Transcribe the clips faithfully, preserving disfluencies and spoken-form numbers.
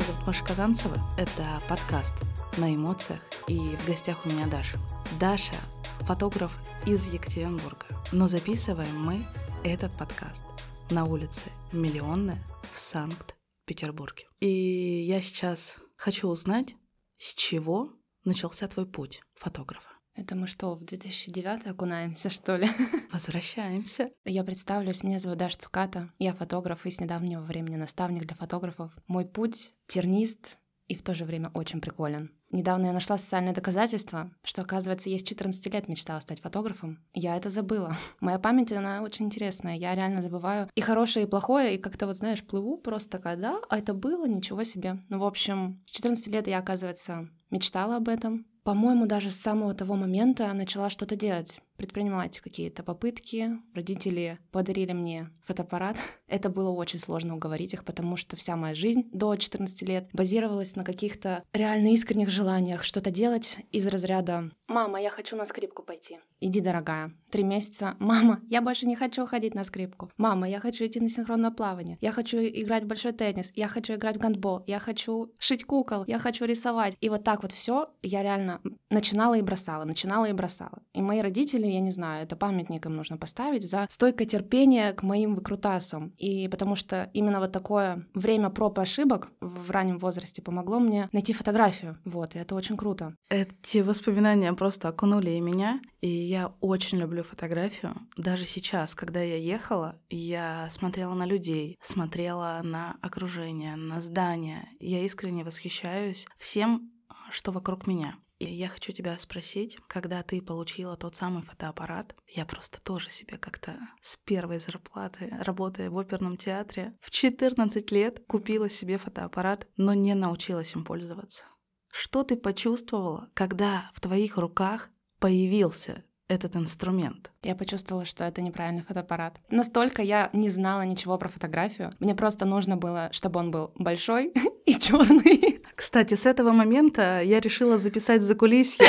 зовут Маша Казанцева. Это подкаст «На эмоциях». И в гостях у меня Даша. Даша – фотограф из Екатеринбурга. Но записываем мы этот подкаст на улице Миллионная в Санкт-Петербурге. И я сейчас хочу узнать, с чего начался твой путь фотографа. Это мы что, в две тысячи девятый окунаемся, что ли? Возвращаемся. Я представлюсь, меня зовут Даша Цуката. Я фотограф и с недавнего времени наставник для фотографов. Мой путь тернист и в то же время очень приколен. Недавно я нашла социальное доказательство, что, оказывается, я с четырнадцати лет мечтала стать фотографом. Я это забыла. Моя память, она очень интересная. Я реально забываю и хорошее, и плохое, и как-то вот, знаешь, плыву просто такая, да, а это было, ничего себе. Ну, в общем, с четырнадцати лет я, оказывается, мечтала об этом. По-моему, даже с самого того момента начала что-то делать, предпринимать какие-то попытки. Родители подарили мне фотоаппарат. Это было очень сложно уговорить их, потому что вся моя жизнь до четырнадцати лет базировалась на каких-то реально искренних желаниях что-то делать из разряда «Мама, я хочу на скрипку пойти». «Иди, дорогая». Три месяца. «Мама, я больше не хочу ходить на скрипку». «Мама, я хочу идти на синхронное плавание». «Я хочу играть в большой теннис». «Я хочу играть в гандбол». «Я хочу шить кукол». «Я хочу рисовать». И вот так вот все я реально начинала и бросала, начинала и бросала. И мои родители, я не знаю, это памятник им нужно поставить за стойкое терпение к моим выкрутасам. И потому что именно вот такое время проб и ошибок в раннем возрасте помогло мне найти фотографию. Вот, и это очень круто. Эти воспоминания просто окунули и меня, и я очень люблю фотографию. Даже сейчас, когда я ехала, я смотрела на людей, смотрела на окружение, на здания. Я искренне восхищаюсь всем, что вокруг меня. И я хочу тебя спросить, когда ты получила тот самый фотоаппарат, я просто тоже себе как-то с первой зарплаты, работая в оперном театре, в четырнадцать лет купила себе фотоаппарат, но не научилась им пользоваться. Что ты почувствовала, когда в твоих руках появился этот инструмент? Я почувствовала, что это неправильный фотоаппарат. Настолько я не знала ничего про фотографию. Мне просто нужно было, чтобы он был большой и черный. Кстати, с этого момента я решила записать закулисье.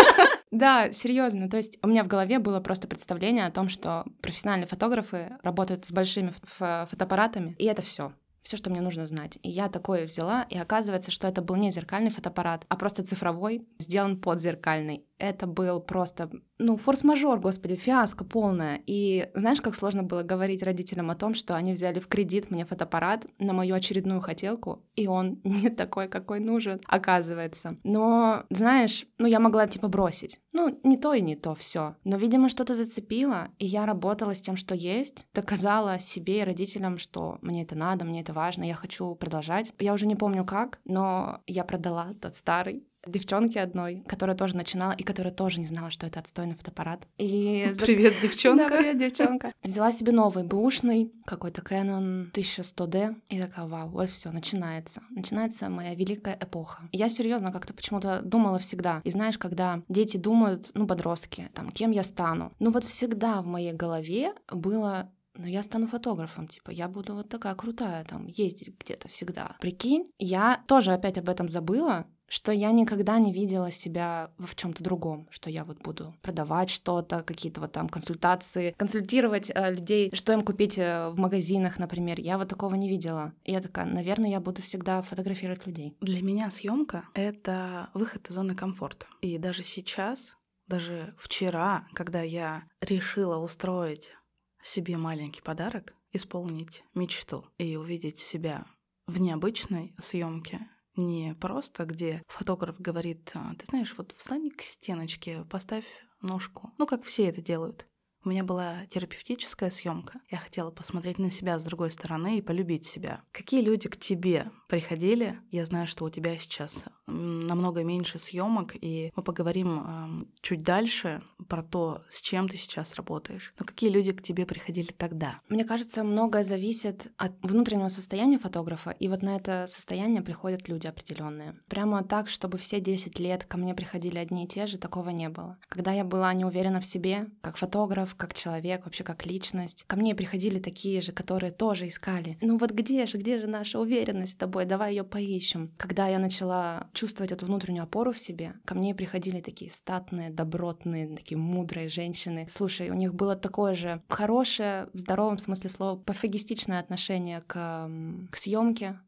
Да, серьезно. То есть у меня в голове было просто представление о том, что профессиональные фотографы работают с большими фотоаппаратами, и это все. Все, что мне нужно знать. И я такое взяла, и оказывается, что это был не зеркальный фотоаппарат, а просто цифровой, сделан под зеркальный. Это был просто, ну, форс-мажор, господи, фиаско полное. И знаешь, как сложно было говорить родителям о том, что они взяли в кредит мне фотоаппарат на мою очередную хотелку, и он не такой, какой нужен, оказывается. Но, знаешь, ну, я могла типа бросить. Ну, не то и не то, все. Но, видимо, что-то зацепило, и я работала с тем, что есть, доказала себе и родителям, что мне это надо, мне это важно, я хочу продолжать. Я уже не помню как, но я продала тот старый девчонке одной, которая тоже начинала и которая тоже не знала, что это отстойный фотоаппарат. И привет, девчонка. Да, привет, девчонка. Взяла себе новый бэушный, какой-то Canon тысяча сто ди, и такая, вау, вот все, начинается. Начинается моя великая эпоха. Я серьезно как-то почему-то думала всегда. И знаешь, когда дети думают, ну, подростки, там, кем я стану? Ну, вот всегда в моей голове было: ну, я стану фотографом, типа, я буду вот такая крутая, там, ездить где-то всегда. Прикинь, я тоже опять об этом забыла, что я никогда не видела себя в чем-то другом, что я вот буду продавать что-то, какие-то вот там консультации, консультировать э, людей, что им купить э, в магазинах, например. Я вот такого не видела. И я такая, наверное, я буду всегда фотографировать людей. Для меня съемка — это выход из зоны комфорта. И даже сейчас, даже вчера, когда я решила устроить себе маленький подарок, исполнить мечту и увидеть себя в необычной съемке, не просто, где фотограф говорит: ты знаешь, вот встань к стеночке, поставь ножку. Ну, как все это делают. У меня была терапевтическая съемка. Я хотела посмотреть на себя с другой стороны и полюбить себя. Какие люди к тебе приходили? Я знаю, что у тебя сейчас намного меньше съемок, и мы поговорим э, чуть дальше про то, с чем ты сейчас работаешь. Но какие люди к тебе приходили тогда? Мне кажется, многое зависит от внутреннего состояния фотографа, и вот на это состояние приходят люди определенные. Прямо так, чтобы все десять лет ко мне приходили одни и те же, такого не было. Когда я была не уверена в себе, как фотограф, как человек, вообще как личность, ко мне приходили такие же, которые тоже искали: ну вот где же, где же наша уверенность с тобой, давай ее поищем. Когда я начала чувствовать эту внутреннюю опору в себе, ко мне приходили такие статные, добротные, такие мудрые женщины. Слушай, у них было такое же хорошее, в здоровом смысле слова, пофигистичное отношение к, к съемке,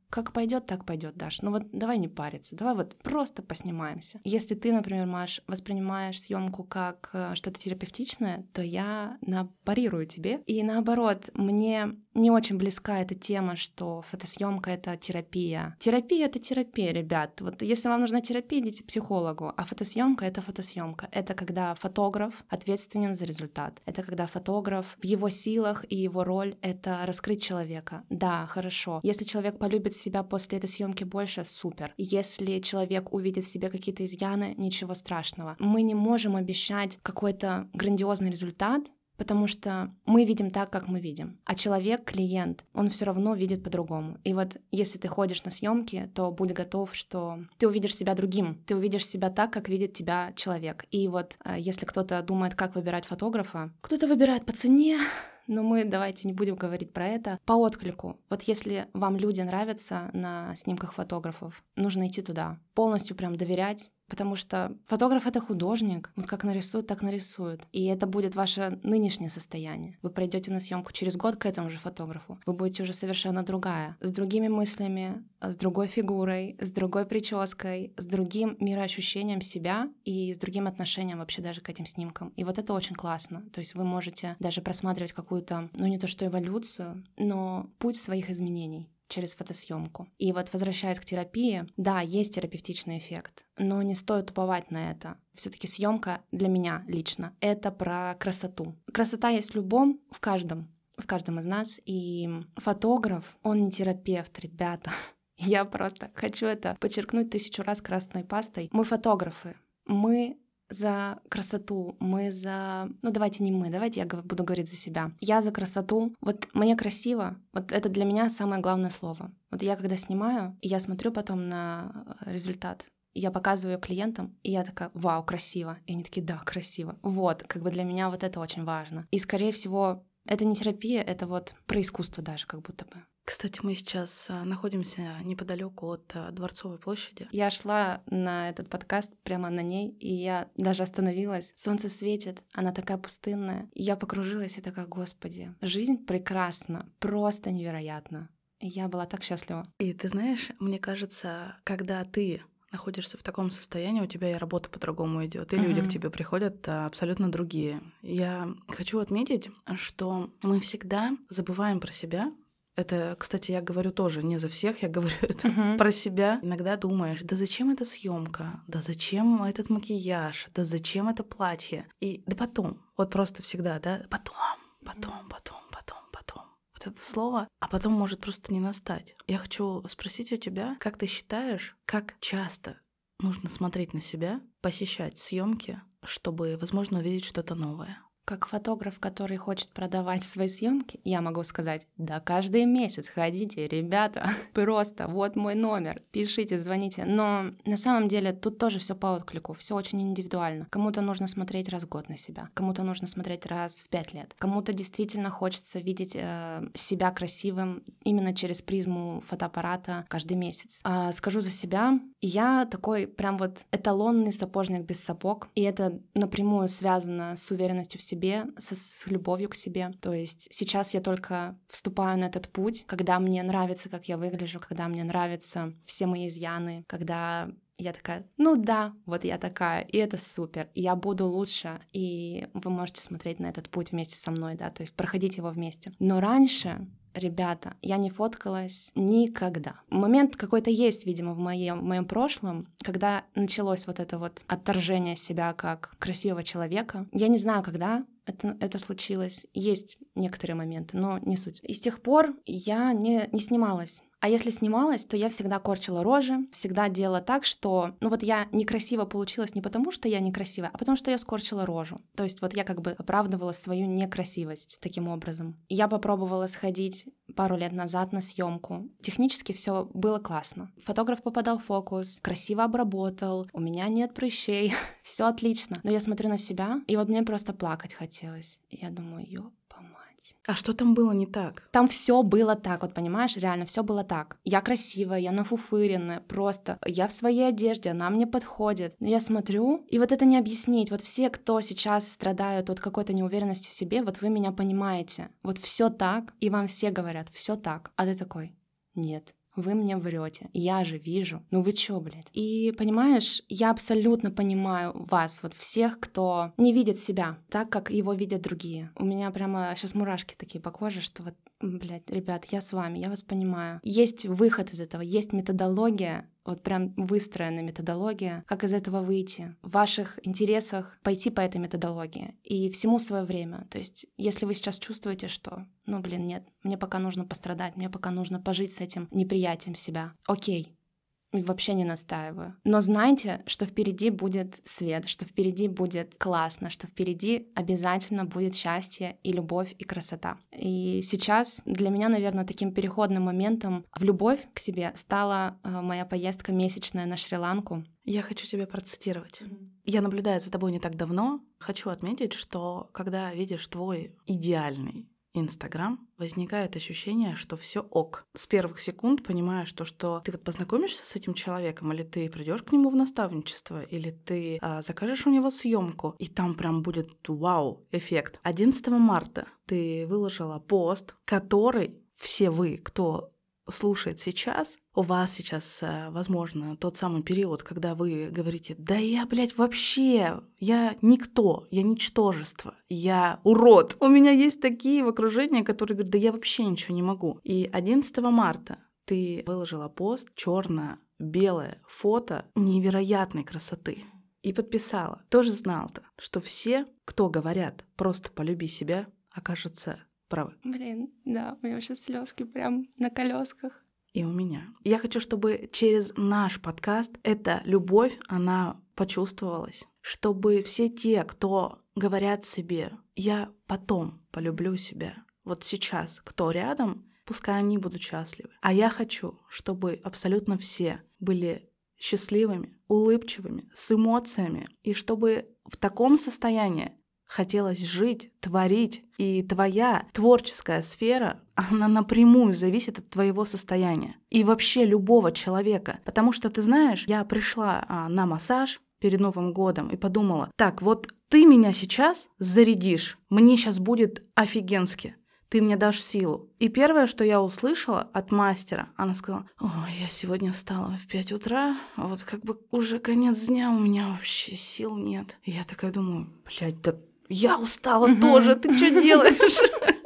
как пойдет, так пойдет, Даш. Ну вот давай не париться, давай вот просто поснимаемся. Если ты, например, Маш, воспринимаешь съемку как э, что-то терапевтичное, то я на парирую тебе. И наоборот, мне не очень близка эта тема, что фотосъемка — это терапия. Терапия — это терапия, ребят. Вот если вам нужна терапия, идите к психологу. А фотосъемка — это фотосъемка. Это когда фотограф ответственен за результат. Это когда фотограф в его силах, и его роль — это раскрыть человека. Да, хорошо. Если человек полюбит себя после этой съемки больше, супер. Если человек увидит в себе какие-то изъяны, ничего страшного. Мы не можем обещать какой-то грандиозный результат, потому что мы видим так, как мы видим. А человек, клиент, он все равно видит по-другому. И вот если ты ходишь на съемки, то будь готов, что ты увидишь себя другим. Ты увидишь себя так, как видит тебя человек. И вот если кто-то думает, как выбирать фотографа, кто-то выбирает по цене, но мы давайте не будем говорить про это. По отклику. Вот если вам люди нравятся на снимках фотографов, нужно идти туда. Полностью прям доверять. Потому что фотограф — это художник. Вот как нарисует, так нарисует. И это будет ваше нынешнее состояние. Вы пройдете на съемку через год к этому же фотографу. Вы будете уже совершенно другая. С другими мыслями, с другой фигурой, с другой прической, с другим мироощущением себя и с другим отношением вообще даже к этим снимкам. И вот это очень классно. То есть вы можете даже просматривать какую-то, ну не то что эволюцию, но путь своих изменений через фотосъемку. И вот возвращаясь к терапии, да, есть терапевтичный эффект, но не стоит уповать на это. Все-таки съемка для меня лично — это про красоту. Красота есть в любом, в каждом, в каждом из нас. И фотограф, он не терапевт, ребята. Я просто хочу это подчеркнуть тысячу раз красной пастой. Мы фотографы, мы за красоту, мы за... Ну, давайте не мы, давайте я буду говорить за себя. Я за красоту. Вот мне красиво, вот это для меня самое главное слово. Вот я когда снимаю, и я смотрю потом на результат, я показываю клиентам, и я такая: вау, красиво. И они такие: да, красиво. Вот, как бы для меня вот это очень важно. И, скорее всего, это не терапия, это вот про искусство даже как будто бы. Кстати, мы сейчас находимся неподалеку от Дворцовой площади. Я шла на этот подкаст прямо на ней, и я даже остановилась. Солнце светит, она такая пустынная. И я покружилась и такая: господи, жизнь прекрасна, просто невероятно. И я была так счастлива. И ты знаешь, мне кажется, когда ты находишься в таком состоянии, у тебя и работа по-другому идет, и mm-hmm. люди к тебе приходят абсолютно другие. Я хочу отметить, что мы всегда забываем про себя. Это, кстати, я говорю тоже не за всех, я говорю это uh-huh. про себя. Иногда думаешь: да зачем эта съемка, да зачем этот макияж, да зачем это платье? И да потом, вот просто всегда, да, потом, потом, потом, потом, потом. Вот это слово, а потом может просто не настать. Я хочу спросить у тебя, как ты считаешь, как часто нужно смотреть на себя, посещать съемки, чтобы, возможно, увидеть что-то новое? Как фотограф, который хочет продавать свои съемки, я могу сказать: да, каждый месяц ходите, ребята, просто вот мой номер, пишите, звоните. Но на самом деле тут тоже все по отклику, все очень индивидуально. Кому-то нужно смотреть раз в год на себя, кому-то нужно смотреть раз в пять лет, кому-то действительно хочется видеть э, себя красивым именно через призму фотоаппарата каждый месяц. А, скажу за себя, я такой прям вот эталонный сапожник без сапог, и это напрямую связано с уверенностью в себе, С, с любовью к себе. То есть сейчас я только вступаю на этот путь, когда мне нравится, как я выгляжу, когда мне нравятся все мои изъяны, когда я такая: ну да, вот я такая, и это супер, и я буду лучше, и вы можете смотреть на этот путь вместе со мной, да, то есть проходить его вместе. Но раньше, ребята, я не фоткалась никогда. Момент какой-то есть, видимо, в моем, в моем прошлом, когда началось вот это вот отторжение себя как красивого человека. Я не знаю, когда это, это случилось. Есть некоторые моменты, но не суть. И с тех пор я не, не снималась. А если снималась, то я всегда корчила рожи, всегда делала так, что... Ну вот я некрасиво получилась не потому, что я некрасивая, а потому что я скорчила рожу. То есть вот я как бы оправдывала свою некрасивость таким образом. Я попробовала сходить пару лет назад на съемку. Технически все было классно. Фотограф попадал в фокус, красиво обработал, у меня нет прыщей, все отлично. Но я смотрю на себя, и вот мне просто плакать хотелось. И я думаю: ёп. А что там было не так? Там все было так, вот понимаешь, реально все было так. Я красивая, я нафуфыренная, просто я в своей одежде, она мне подходит. Но я смотрю, и вот это не объяснить. Вот все, кто сейчас страдают от какой-то неуверенности в себе, вот вы меня понимаете. Вот все так, и вам все говорят: все так. А ты такой: нет, Вы мне врете. Я же вижу. Ну вы чё, блядь? И понимаешь, я абсолютно понимаю вас, вот всех, кто не видит себя так, как его видят другие. У меня прямо сейчас мурашки такие по коже, что вот, блядь, ребят, я с вами, я вас понимаю. Есть выход из этого, есть методология, вот прям выстроенная методология, как из этого выйти. В ваших интересах пойти по этой методологии. И всему свое время. То есть, если вы сейчас чувствуете, что, ну, блин, нет, мне пока нужно пострадать, мне пока нужно пожить с этим неприятием себя. Окей. Вообще не настаиваю. Но знайте, что впереди будет свет, что впереди будет классно, что впереди обязательно будет счастье и любовь, и красота. И сейчас для меня, наверное, таким переходным моментом в любовь к себе стала моя поездка месячная на Шри-Ланку. Я хочу тебя процитировать. Mm-hmm. Я наблюдаю за тобой не так давно. Хочу отметить, что когда видишь твой идеальный Инстаграм, возникает ощущение, что все ок. С первых секунд понимаешь то, что ты вот познакомишься с этим человеком, или ты придешь к нему в наставничество, или ты а, закажешь у него съемку, и там прям будет вау-эффект. одиннадцатого марта ты выложила пост, который все вы, кто слушает сейчас, у вас сейчас, возможно, тот самый период, когда вы говорите: да я, блядь, вообще, я никто, я ничтожество, я урод. У меня есть такие в окружении, которые говорят: да я вообще ничего не могу. И одиннадцатого марта ты выложила пост, черно-белое фото невероятной красоты. И подписала. Тоже знал-то, что все, кто говорят «просто полюби себя», окажутся правы. Блин, да, у меня сейчас слезки прям на колесках. И у меня. Я хочу, чтобы через наш подкаст эта любовь, она почувствовалась. Чтобы все те, кто говорят себе: я потом полюблю себя, вот сейчас, кто рядом, пускай они будут счастливы. А я хочу, чтобы абсолютно все были счастливыми, улыбчивыми, с эмоциями, и чтобы в таком состоянии хотелось жить, творить, и твоя творческая сфера, она напрямую зависит от твоего состояния. И вообще любого человека. Потому что, ты знаешь, я пришла а, на массаж перед Новым годом и подумала: так, вот ты меня сейчас зарядишь, мне сейчас будет офигенски. Ты мне дашь силу. И первое, что я услышала от мастера, она сказала: ой, я сегодня встала в пять утра, а вот как бы уже конец дня, у меня вообще сил нет. И я такая думаю: блядь, да я устала mm-hmm. тоже, ты что делаешь?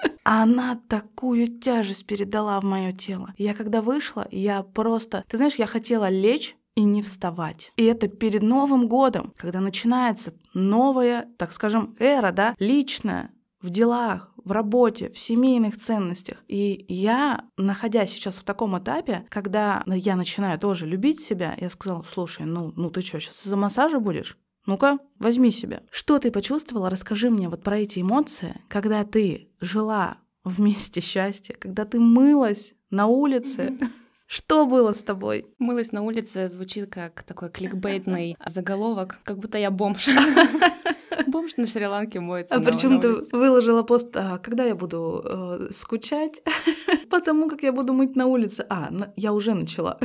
Она такую тяжесть передала в мое тело. Я когда вышла, я просто... Ты знаешь, я хотела лечь и не вставать. И это перед Новым годом, когда начинается новая, так скажем, эра, да, личная, в делах, в работе, в семейных ценностях. И я, находясь сейчас в таком этапе, когда я начинаю тоже любить себя, я сказала: слушай, ну, ну ты что, сейчас из-за массажа будешь? Ну-ка, возьми себя. Что ты почувствовала? Расскажи мне вот про эти эмоции, когда ты жила вместе счастья, когда ты мылась на улице. Mm-hmm. Что было с тобой? Мылась на улице звучит как такой кликбейтный заголовок, как будто я бомж. Бомж на Шри-Ланке моется. А причем ты выложила пост: а, когда я буду э, скучать, потому как я буду мыть на улице. А, я уже начала.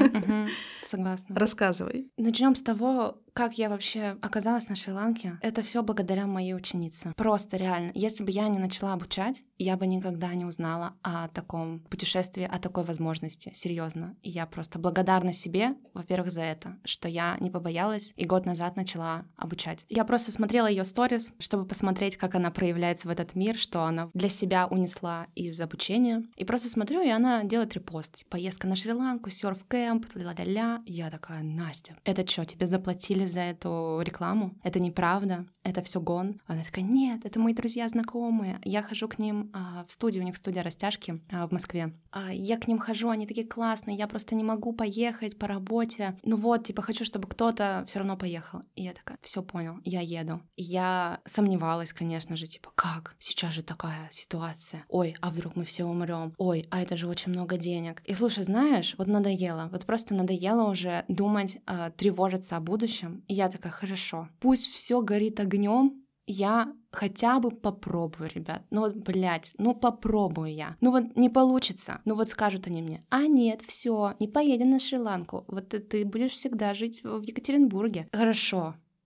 Согласна. Рассказывай. Начнем с того, как я вообще оказалась на Шри-Ланке. Это все благодаря моей ученице. Просто реально. Если бы я не начала обучать, я бы никогда не узнала о таком путешествии, о такой возможности. Серьезно. И я просто благодарна себе, во-первых, за это, что я не побоялась и год назад начала обучать. Я просто смотрела ее сторис, чтобы посмотреть, как она проявляется в этот мир, что она для себя унесла из обучения. И просто смотрю, и она делает репост. Поездка на Шри-Ланку, серф-кэмп, ля-ля-ля. Я такая: Настя, это что, тебе заплатили за эту рекламу? Это неправда? Это все гон? Она такая: нет, это мои друзья, знакомые. Я хожу к ним а, в студию, у них студия растяжки а, в Москве. А, я к ним хожу, они такие классные, я просто не могу поехать по работе. Ну вот, типа, хочу, чтобы кто-то все равно поехал. И я такая: все понял, я еду. И я сомневалась, конечно же, типа, как? Сейчас же такая ситуация. Ой, а вдруг мы все умрем? Ой, а это же очень много денег. И слушай, знаешь, вот надоело, вот просто надоело уже думать, э, тревожиться о будущем. И я такая: хорошо, пусть все горит огнем, я хотя бы попробую, ребят. Ну вот, блядь, ну попробую я. Ну вот не получится. Ну вот скажут они мне: а нет, все, не поедем на Шри-Ланку. Вот ты, ты будешь всегда жить в Екатеринбурге. Хорошо.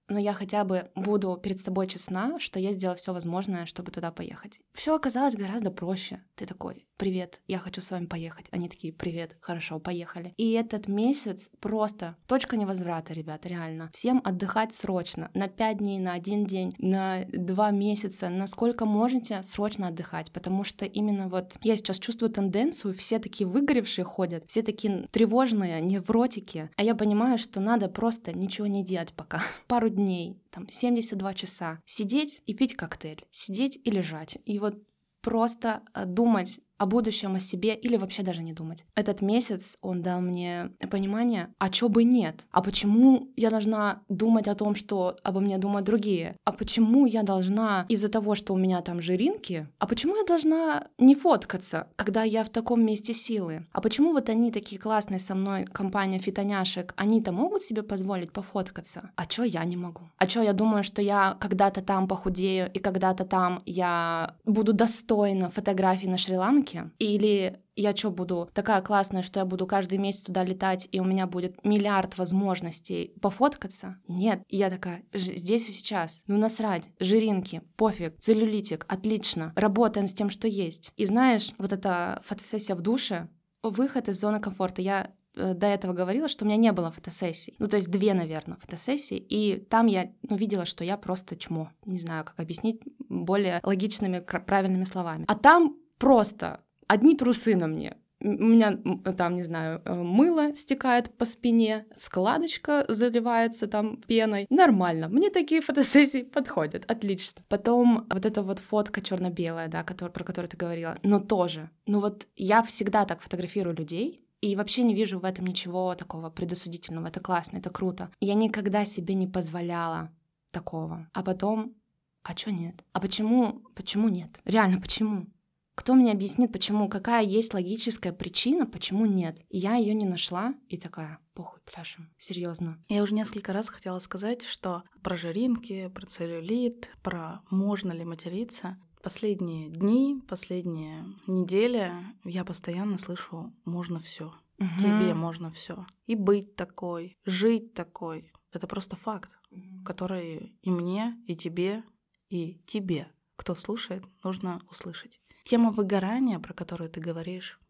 но я хотя бы буду перед собой честна, что я сделала все возможное, чтобы туда поехать. Все оказалось гораздо проще. Ты такой: привет, я хочу с вами поехать. Они такие: привет, хорошо, поехали. И этот месяц просто точка невозврата, ребята, реально. Всем отдыхать срочно. На пять дней, на один день, на два месяца, насколько можете, срочно отдыхать. Потому что именно вот я сейчас чувствую тенденцию, все такие выгоревшие ходят, все такие тревожные, невротики. А я понимаю, что надо просто ничего не делать пока. Пару дней, там, семьдесят два часа. Сидеть и пить коктейль. Сидеть и лежать. И вот просто думать о будущем, о себе, или вообще даже не думать. Этот месяц он дал мне понимание, а чё бы нет? А почему я должна думать о том, что обо мне думают другие? А почему я должна из-за того, что у меня там жиринки, а почему я должна не фоткаться, когда я в таком месте силы? А почему вот они такие классные со мной, компания фитоняшек, они-то могут себе позволить пофоткаться? А чё я не могу? А чё я думаю, что я когда-то там похудею, и когда-то там я буду достойна фотографий на Шри-Ланке? Или я что, буду такая классная, что я буду каждый месяц туда летать, и у меня будет миллиард возможностей пофоткаться? Нет. И я такая: здесь и сейчас. Ну насрать. Жиринки, пофиг, целлюлитик, отлично. Работаем с тем, что есть. И знаешь, вот эта фотосессия в душе, выход из зоны комфорта. Я до этого говорила, что у меня не было фотосессий. Ну, то есть две, наверное, фотосессии. И там я ну, видела, что я просто чмо. Не знаю, как объяснить более логичными, правильными словами. А там просто одни трусы на мне. У меня там, не знаю, мыло стекает по спине, складочка заливается там пеной. Нормально. Мне такие фотосессии подходят. Отлично. Потом вот эта вот фотка черно-белая, да, который, про которую ты говорила. Но тоже. Ну вот я всегда так фотографирую людей, и вообще не вижу в этом ничего такого предосудительного. Это классно, это круто. Я никогда себе не позволяла такого. А потом: а чё нет? А почему? Почему нет? Реально, почему? Кто мне объяснит, почему? Какая есть логическая причина, почему нет? И я ее не нашла, и такая: похуй, пляшем. Серьезно. Я уже несколько раз хотела сказать, что про жиринки, про целлюлит, про можно ли материться. Последние дни, последние недели я постоянно слышу: можно все. Угу. Тебе можно все. И быть такой, жить такой. Это просто факт, угу. который и мне, и тебе, и тебе, кто слушает, нужно услышать. Тема выгорания, про которую ты говоришь,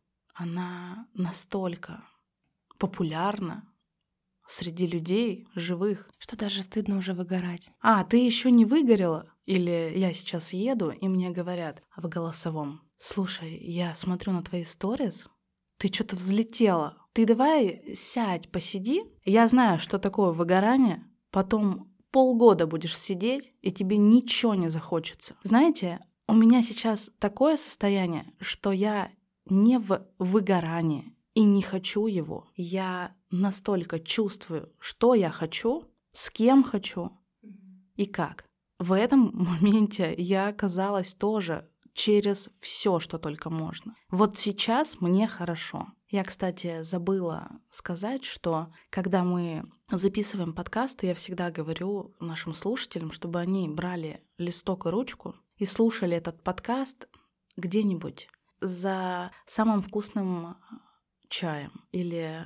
она настолько популярна среди людей живых, что даже стыдно уже выгорать. А, ты еще не выгорела? Или я сейчас еду, и мне говорят в голосовом: слушай, я смотрю на твои сторис, ты что-то взлетела. Ты давай сядь, посиди. Я знаю, что такое выгорание. Потом полгода будешь сидеть, и тебе ничего не захочется. Знаете, у меня сейчас такое состояние, что я не в выгорании и не хочу его. Я настолько чувствую, что я хочу, с кем хочу и как. В этом моменте я оказалась тоже через все, что только можно. Вот сейчас мне хорошо. Я, кстати, забыла сказать, что когда мы записываем подкасты, я всегда говорю нашим слушателям, чтобы они брали листок и ручку и слушали этот подкаст где-нибудь за самым вкусным чаем или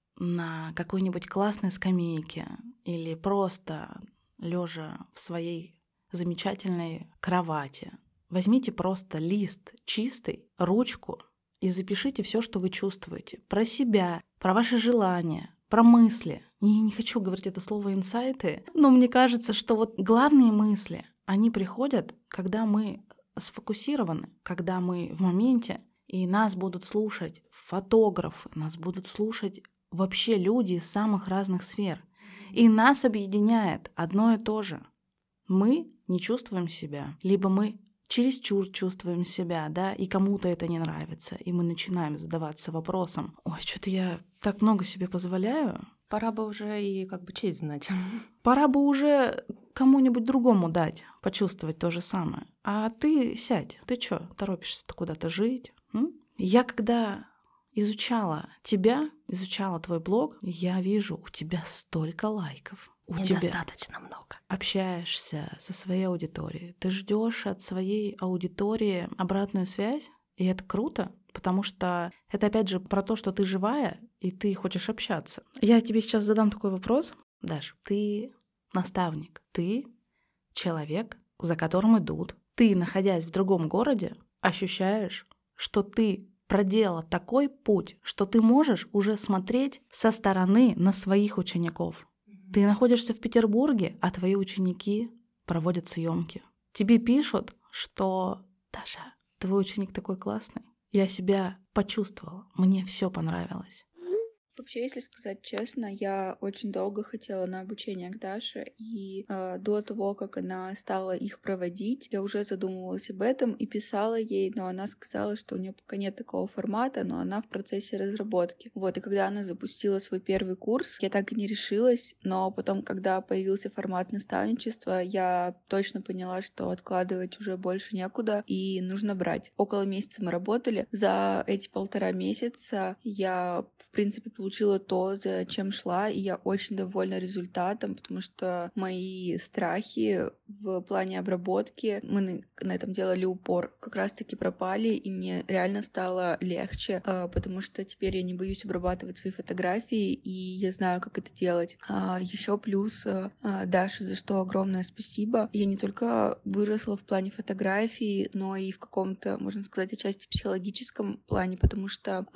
на какой-нибудь классной скамейке или просто лежа в своей замечательной кровати. Возьмите просто лист чистый, ручку и запишите все, что вы чувствуете. Про себя, про ваши желания, про мысли. Не, не хочу говорить это слово «инсайты», но мне кажется, что вот главные мысли, они приходят, когда мы сфокусированы, когда мы в моменте, и нас будут слушать фотографы, нас будут слушать вообще люди из самых разных сфер. И нас объединяет одно и то же. Мы не чувствуем себя, либо мы чересчур чувствуем себя, да, и кому-то это не нравится, и мы начинаем задаваться вопросом: ой, что-то я так много себе позволяю. Пора бы уже и как бы честь знать. Пора бы уже кому-нибудь другому дать почувствовать то же самое. А ты сядь, ты что, торопишься-то куда-то жить? М? Я когда изучала тебя, изучала твой блог, я вижу, у тебя столько лайков. У Недостаточно тебя много. Общаешься со своей аудиторией, ты ждешь от своей аудитории обратную связь, и это круто, потому что это опять же про то, что ты живая, и ты хочешь общаться. Я тебе сейчас задам такой вопрос. Даш, ты наставник, ты человек, за которым идут. Ты, находясь в другом городе, ощущаешь, что ты проделала такой путь, что ты можешь уже смотреть со стороны на своих учеников. Mm-hmm. Ты находишься в Петербурге, а твои ученики проводят съемки. Тебе пишут, что «Даша, твой ученик такой классный». Я себя почувствовала, мне все понравилось. Вообще, если сказать честно, я очень долго хотела на обучение к Даше, и э, до того, как она стала их проводить, я уже задумывалась об этом и писала ей, но она сказала, что у нее пока нет такого формата, но она в процессе разработки. Вот, и когда она запустила свой первый курс, я так и не решилась, но потом, когда появился формат наставничества, я точно поняла, что откладывать уже больше некуда, и нужно брать. Около месяца мы работали. За эти полтора месяца я, в принципе, получила то, за чем шла, и я очень довольна результатом, потому что мои страхи в плане обработки, мы на, на этом делали упор, как раз-таки пропали, и мне реально стало легче, потому что теперь я не боюсь обрабатывать свои фотографии, и я знаю, как это делать. Еще плюс Даше, за что огромное спасибо. Я не только выросла в плане фотографий, но и в каком-то, можно сказать, отчасти психологическом плане, потому что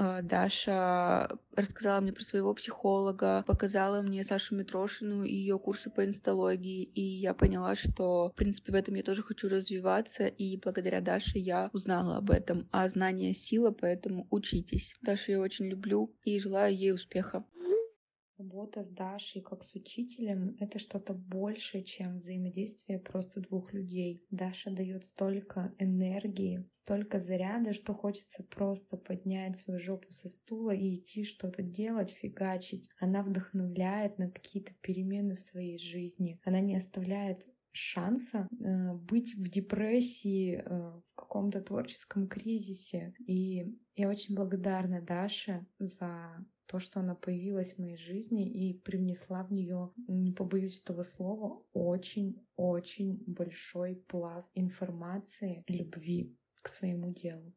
Даша рассказала мне про своего психолога, показала мне Сашу Митрошину и ее курсы по инстологии, и я поняла, что, в принципе, в этом я тоже хочу развиваться, и благодаря Даше я узнала об этом. А знание — сила, поэтому учитесь. Дашу я очень люблю и желаю ей успеха. Работа с Дашей как с учителем — это что-то большее, чем взаимодействие просто двух людей. Даша дает столько энергии, столько заряда, что хочется просто поднять свою жопу со стула и идти что-то делать, фигачить. Она вдохновляет на какие-то перемены в своей жизни. Она не оставляет шанса э, быть в депрессии, э, в каком-то творческом кризисе. И я очень благодарна Даше за то, что она появилась в моей жизни и привнесла в нее, не побоюсь этого слова, очень-очень большой пласт информации, любви к своему делу.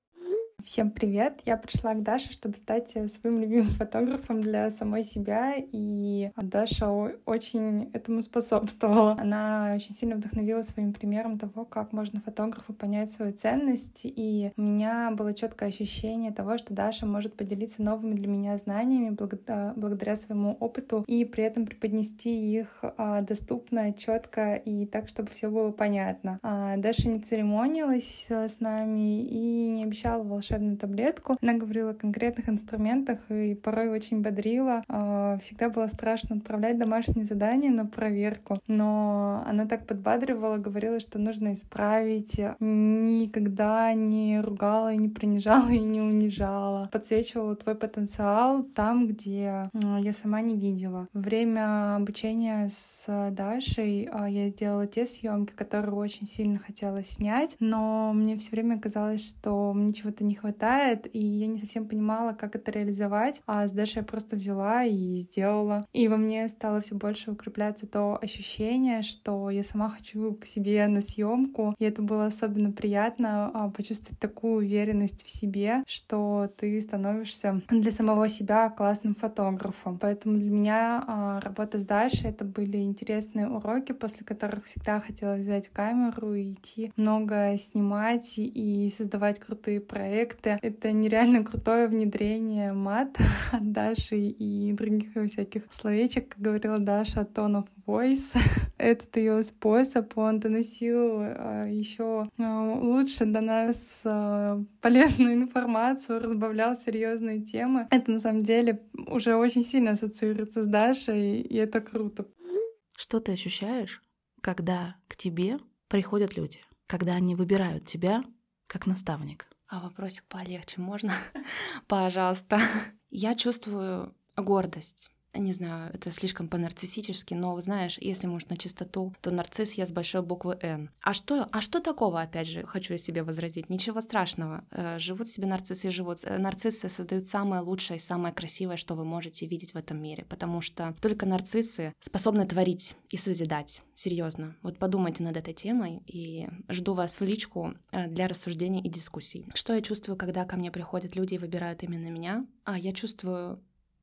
Всем привет! Я пришла к Даше, чтобы стать своим любимым фотографом для самой себя, и Даша очень этому способствовала. Она очень сильно вдохновила своим примером того, как можно фотографу понять свою ценность, и у меня было четкое ощущение того, что Даша может поделиться новыми для меня знаниями благодаря своему опыту и при этом преподнести их доступно, четко и так, чтобы все было понятно. Даша не церемонилась с нами и не обещала волшебную волшебную таблетку. Она говорила о конкретных инструментах и порой очень бодрила. Всегда было страшно отправлять домашние задания на проверку, но она так подбадривала, говорила, что нужно исправить, никогда не ругала, не принижала и не унижала. Подсвечивала твой потенциал там, где я сама не видела. Во время обучения с Дашей я делала те съемки, которые очень сильно хотела снять, но мне все время казалось, что мне чего-то не хватает, и я не совсем понимала, как это реализовать, а с Дашей я просто взяла и сделала. И во мне стало все больше укрепляться то ощущение, что я сама хочу к себе на съемку, и это было особенно приятно почувствовать такую уверенность в себе, что ты становишься для самого себя классным фотографом. Поэтому для меня работа с Дашей — это были интересные уроки, после которых всегда хотела взять камеру и идти много снимать и создавать крутые проекты. Это нереально крутое внедрение мата от Даши и других всяких словечек, как говорила Даша, tone of voice. Этот ее способ, он доносил э, еще э, лучше до нас э, полезную информацию, разбавлял серьезные темы. Это на самом деле уже очень сильно ассоциируется с Дашей, и это круто. Что ты ощущаешь, когда к тебе приходят люди, когда они выбирают тебя как наставника? А вопросик полегче можно? Пожалуйста. Я чувствую гордость. Не знаю, это слишком по-нарциссически, но, знаешь, если, может, на чистоту, то нарцисс я с большой буквы «Н». А что, а что такого, опять же, хочу я себе возразить? Ничего страшного. Живут себе нарциссы и живут. Нарциссы создают самое лучшее и самое красивое, что вы можете видеть в этом мире, потому что только нарциссы способны творить и созидать. Серьезно. Вот подумайте над этой темой, и жду вас в личку для рассуждений и дискуссий. Что я чувствую, когда ко мне приходят люди и выбирают именно меня? А я чувствую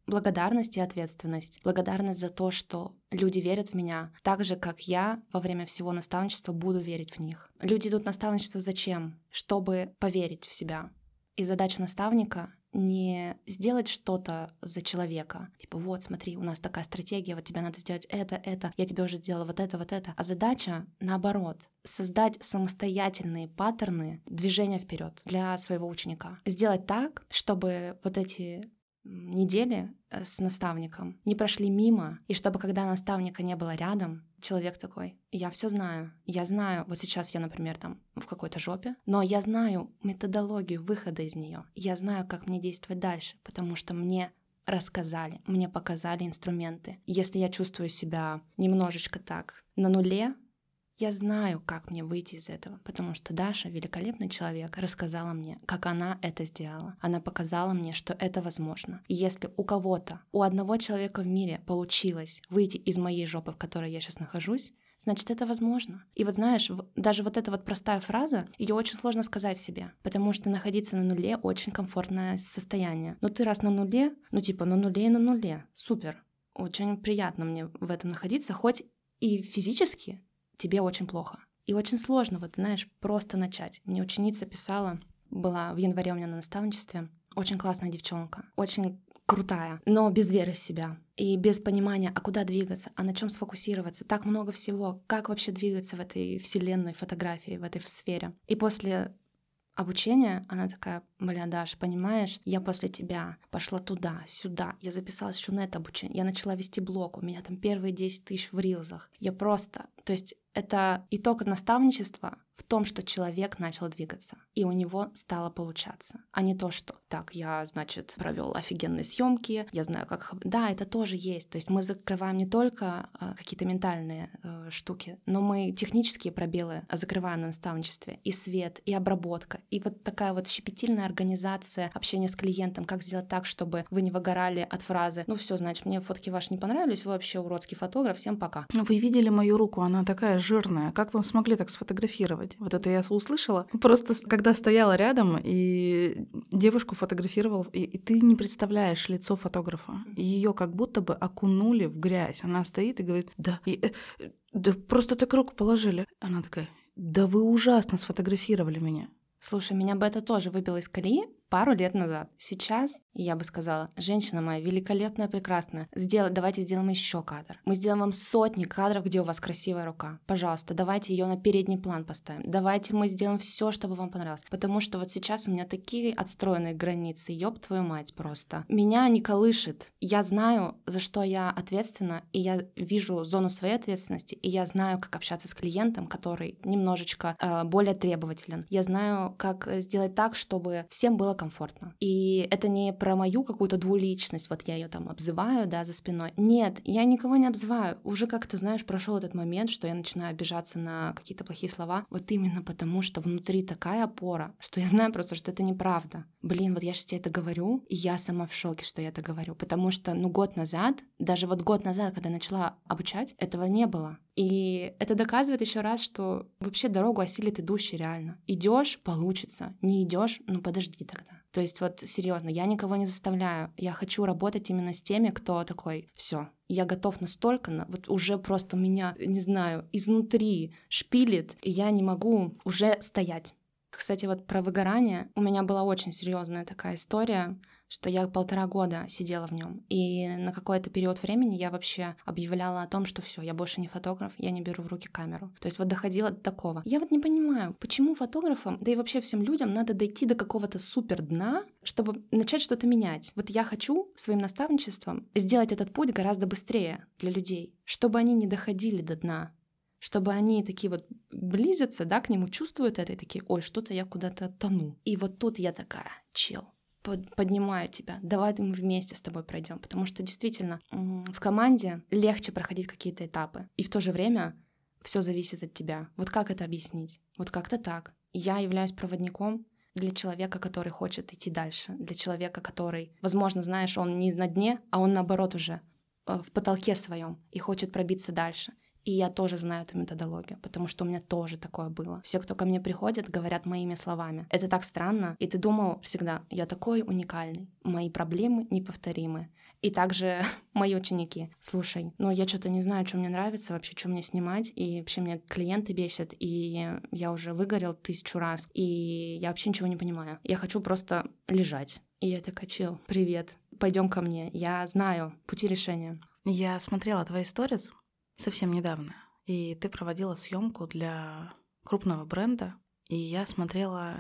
благодарность и ответственность. Благодарность за то, что люди верят в меня, так же, как я во время всего наставничества буду верить в них. Люди идут в наставничество зачем? Чтобы поверить в себя. И задача наставника — не сделать что-то за человека. Типа, вот, смотри, у нас такая стратегия, вот тебе надо сделать это, это, я тебе уже сделала вот это, вот это. А задача, наоборот, создать самостоятельные паттерны движения вперед для своего ученика. Сделать так, чтобы вот эти недели с наставником не прошли мимо, и чтобы, когда наставника не было рядом, человек такой: я все знаю, я знаю, вот сейчас я, например, там в какой-то жопе, но я знаю методологию выхода из нее, я знаю, как мне действовать дальше, потому что мне рассказали, мне показали инструменты. Если я чувствую себя немножечко так на нуле, я знаю, как мне выйти из этого, потому что Даша, великолепный человек, рассказала мне, как она это сделала. Она показала мне, что это возможно. И если у кого-то, у одного человека в мире получилось выйти из моей жопы, в которой я сейчас нахожусь, значит, это возможно. И вот знаешь, даже вот эта вот простая фраза, ее очень сложно сказать себе, потому что находиться на нуле очень комфортное состояние. Но ты раз на нуле, ну типа на нуле и на нуле, супер. Очень приятно мне в этом находиться, хоть и физически тебе очень плохо. И очень сложно, вот знаешь, просто начать. Мне ученица писала, была в январе у меня на наставничестве, очень классная девчонка, очень крутая, но без веры в себя и без понимания, а куда двигаться, а на чем сфокусироваться. Так много всего, как вообще двигаться в этой вселенной фотографии, в этой сфере. И после обучения она такая: бля, Даш, понимаешь, я после тебя пошла туда, сюда, я записалась еще на это обучение, я начала вести блог, у меня там первые десять тысяч в рилзах. Я просто, то есть это итог наставничества в том, что человек начал двигаться, и у него стало получаться, а не то, что так, я, значит, провел офигенные съемки, я знаю, как... Да, это тоже есть, то есть мы закрываем не только э, какие-то ментальные э, штуки, но мы технические пробелы закрываем на наставничестве, и свет, и обработка, и вот такая вот щепетильная организация общения с клиентом, как сделать так, чтобы вы не выгорали от фразы: ну все, значит, мне фотки ваши не понравились, вы вообще уродский фотограф, всем пока. Вы видели мою руку, она такая жирная, как вы смогли так сфотографировать? Вот это я услышала. Просто когда стояла рядом и девушку фотографировал, и, и ты не представляешь лицо фотографа. Ее как будто бы окунули в грязь. Она стоит и говорит: да, и, э, да просто так руку положили. Она такая: да вы ужасно сфотографировали меня. Слушай, меня бы это тоже выбило из колеи пару лет назад. Сейчас я бы сказала: женщина моя великолепная, прекрасная, сделай, давайте сделаем еще кадр. Мы сделаем вам сотни кадров, где у вас красивая рука. Пожалуйста, давайте ее на передний план поставим. Давайте мы сделаем все, чтобы вам понравилось. Потому что вот сейчас у меня такие отстроенные границы, ёб твою мать просто. Меня не колышет. Я знаю, за что я ответственна, и я вижу зону своей ответственности, и я знаю, как общаться с клиентом, который немножечко э, более требователен. Я знаю, как сделать так, чтобы всем было комфортно. И это не про мою какую-то двуличность, вот я ее там обзываю, да, за спиной. Нет, я никого не обзываю. Уже как-то, знаешь, прошел этот момент, что я начинаю обижаться на какие-то плохие слова, вот именно потому, что внутри такая опора, что я знаю просто, что это неправда. Блин, вот я сейчас тебе это говорю, и я сама в шоке, что я это говорю, потому что, ну, год назад, даже вот год назад, когда я начала обучать, этого не было. И это доказывает еще раз, что вообще дорогу осилит идущий реально. Идешь — получится, не идешь, ну подожди тогда. То есть вот серьезно, я никого не заставляю. Я хочу работать именно с теми, кто такой: все, я готов настолько, на, вот уже просто меня, не знаю, изнутри шпилит, и я не могу уже стоять. Кстати, вот про выгорание у меня была очень серьезная такая история, что я полтора года сидела в нем. И на какой-то период времени я вообще объявляла о том, что все, я больше не фотограф, я не беру в руки камеру. То есть вот доходило до такого. Я вот не понимаю, почему фотографам, да и вообще всем людям надо дойти до какого-то супер дна, чтобы начать что-то менять. Вот я хочу своим наставничеством сделать этот путь гораздо быстрее для людей, чтобы они не доходили до дна, чтобы они такие вот близятся, да, к нему, чувствуют это и такие: ой, что-то я куда-то тону. И вот тут я такая: чел, поднимаю тебя, давай мы вместе с тобой пройдем, потому что действительно в команде легче проходить какие-то этапы, и в то же время все зависит от тебя. Вот как это объяснить? Вот как-то так. Я являюсь проводником для человека, который хочет идти дальше, для человека, который, возможно, знаешь, он не на дне, а он наоборот уже в потолке своем и хочет пробиться дальше. И я тоже знаю эту методологию, потому что у меня тоже такое было. Все, кто ко мне приходят, говорят моими словами. Это так странно. И ты думал всегда, я такой уникальный, мои проблемы неповторимы. И также мои ученики. Слушай, ну я что-то не знаю, что мне нравится, вообще, что мне снимать, и вообще мне клиенты бесят, и я уже выгорел тысячу раз, и я вообще ничего не понимаю. Я хочу просто лежать. И я такая, чил, привет, пойдем ко мне, я знаю пути решения. Я смотрела твои сторис совсем недавно, и ты проводила съемку для крупного бренда, и я смотрела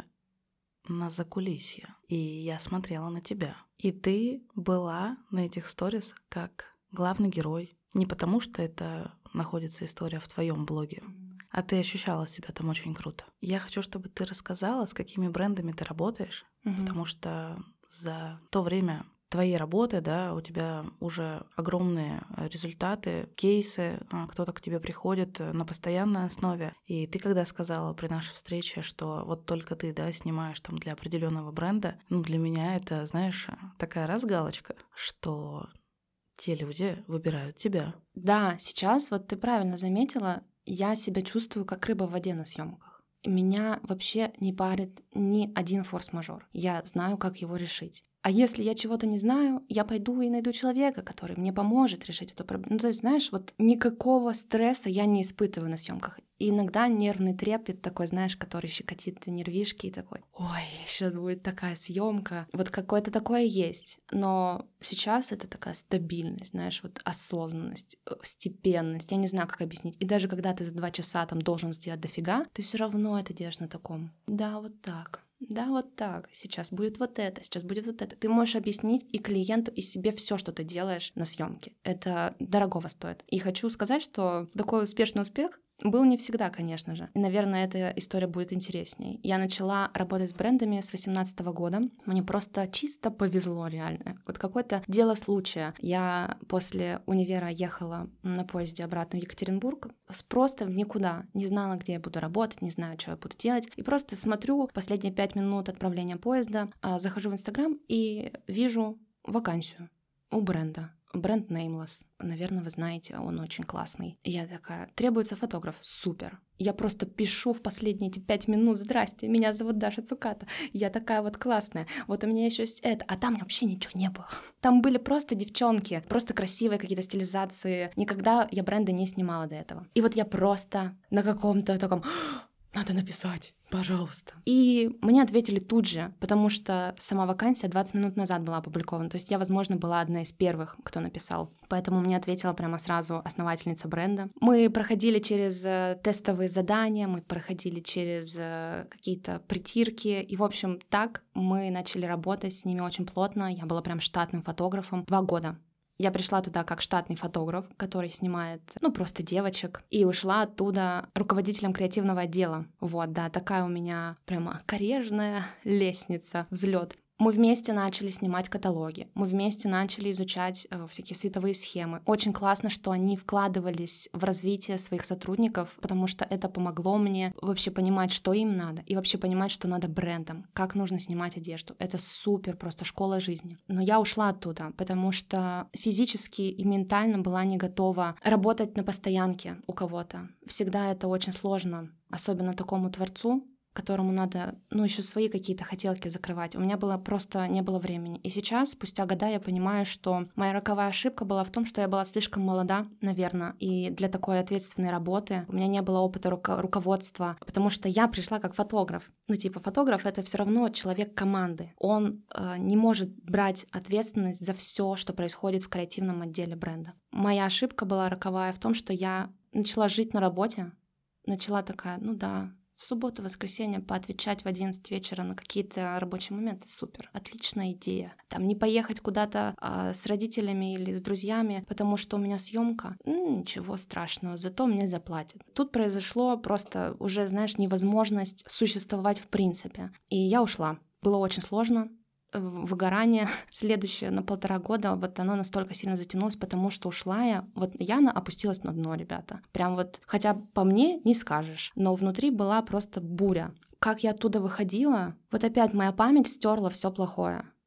на закулисье, и я смотрела на тебя. И ты была на этих сторис как главный герой. Не потому, что это находится история в твоем блоге, а ты ощущала себя там очень круто. Я хочу, чтобы ты рассказала, с какими брендами ты работаешь, Mm-hmm. потому что за то время твоей работы, да, у тебя уже огромные результаты, кейсы, кто-то к тебе приходит на постоянной основе. И ты когда сказала при нашей встрече, что вот только ты, да, снимаешь там для определенного бренда, ну, для меня это, знаешь, такая раз галочка, что те люди выбирают тебя. Да, сейчас, вот ты правильно заметила, я себя чувствую как рыба в воде на съемках. Меня вообще не парит ни один форс-мажор. Я знаю, как его решить. А если я чего-то не знаю, я пойду и найду человека, который мне поможет решить эту проблему. Ну, то есть, знаешь, вот никакого стресса я не испытываю на съемках. И иногда нервный трепет такой, знаешь, который щекотит нервишки и такой, ой, сейчас будет такая съемка. Вот какое-то такое есть. Но сейчас это такая стабильность, знаешь, вот осознанность, степенность. Я не знаю, как объяснить. И даже когда ты за два часа там должен сделать дофига, ты все равно это делаешь на таком. Да, вот так. Да, вот так. Сейчас будет вот это, сейчас будет вот это. Ты можешь объяснить и клиенту, и себе все, что ты делаешь на съемке. Это дорогого стоит. И хочу сказать, что такой успешный успех был не всегда, конечно же. И, наверное, эта история будет интересней. Я начала работать с брендами с восемнадцатого года. Мне просто чисто повезло, реально. Вот какое-то дело случая. Я после универа ехала на поезде обратно в Екатеринбург с просто в никуда. Не знала, где я буду работать, не знаю, что я буду делать. И просто смотрю последние пять минут отправления поезда, захожу в Инстаграм и вижу вакансию у бренда. Бренд Nameless. Наверное, вы знаете, он очень классный. И я такая, требуется фотограф. Супер. Я просто пишу в последние эти пять минут, здрасте, меня зовут Даша Цуката. Я такая вот классная. Вот у меня еще есть это. А там вообще ничего не было. Там были просто девчонки, просто красивые какие-то стилизации. Никогда я бренды не снимала до этого. И вот я просто на каком-то таком... Надо написать, пожалуйста. И мне ответили тут же, потому что сама вакансия двадцать минут назад была опубликована. То есть я, возможно, была одна из первых, кто написал. Поэтому мне ответила прямо сразу основательница бренда. Мы проходили через тестовые задания, мы проходили через какие-то притирки. И, в общем, так мы начали работать с ними очень плотно. Я была прям штатным фотографом два года. Я пришла туда как штатный фотограф, который снимает, ну, просто девочек, и ушла оттуда руководителем креативного отдела. Вот, да, такая у меня прямо карьерная лестница, взлет. Мы вместе начали снимать каталоги, мы вместе начали изучать э, всякие световые схемы. Очень классно, что они вкладывались в развитие своих сотрудников, потому что это помогло мне вообще понимать, что им надо, и вообще понимать, что надо брендам, как нужно снимать одежду. Это супер, просто школа жизни. Но я ушла оттуда, потому что физически и ментально была не готова работать на постоянке у кого-то. Всегда это очень сложно, особенно такому творцу, которому надо, ну, еще свои какие-то хотелки закрывать. У меня было просто не было времени. И сейчас, спустя года, я понимаю, что моя роковая ошибка была в том, что я была слишком молода, наверное, и для такой ответственной работы у меня не было опыта руко- руководства, потому что я пришла как фотограф. Ну, типа, фотограф — это все равно человек команды. Он э, не может брать ответственность за все, что происходит в креативном отделе бренда. Моя ошибка была роковая в том, что я начала жить на работе, начала такая, ну да, в субботу, воскресенье поотвечать в одиннадцать вечера на какие-то рабочие моменты. Супер, отличная идея. Там не поехать куда-то а, с родителями или с друзьями, потому что у меня съемка. М, ничего страшного, зато мне заплатят. Тут произошло просто уже, знаешь, невозможность существовать в принципе. И я ушла. Было очень сложно. Выгорание следующее на полтора года, вот оно настолько сильно затянулось, потому что ушла я, вот я опустилась на дно, ребята. Прям вот, хотя по мне не скажешь, но внутри была просто буря. Как я оттуда выходила, вот опять моя память стерла все плохое.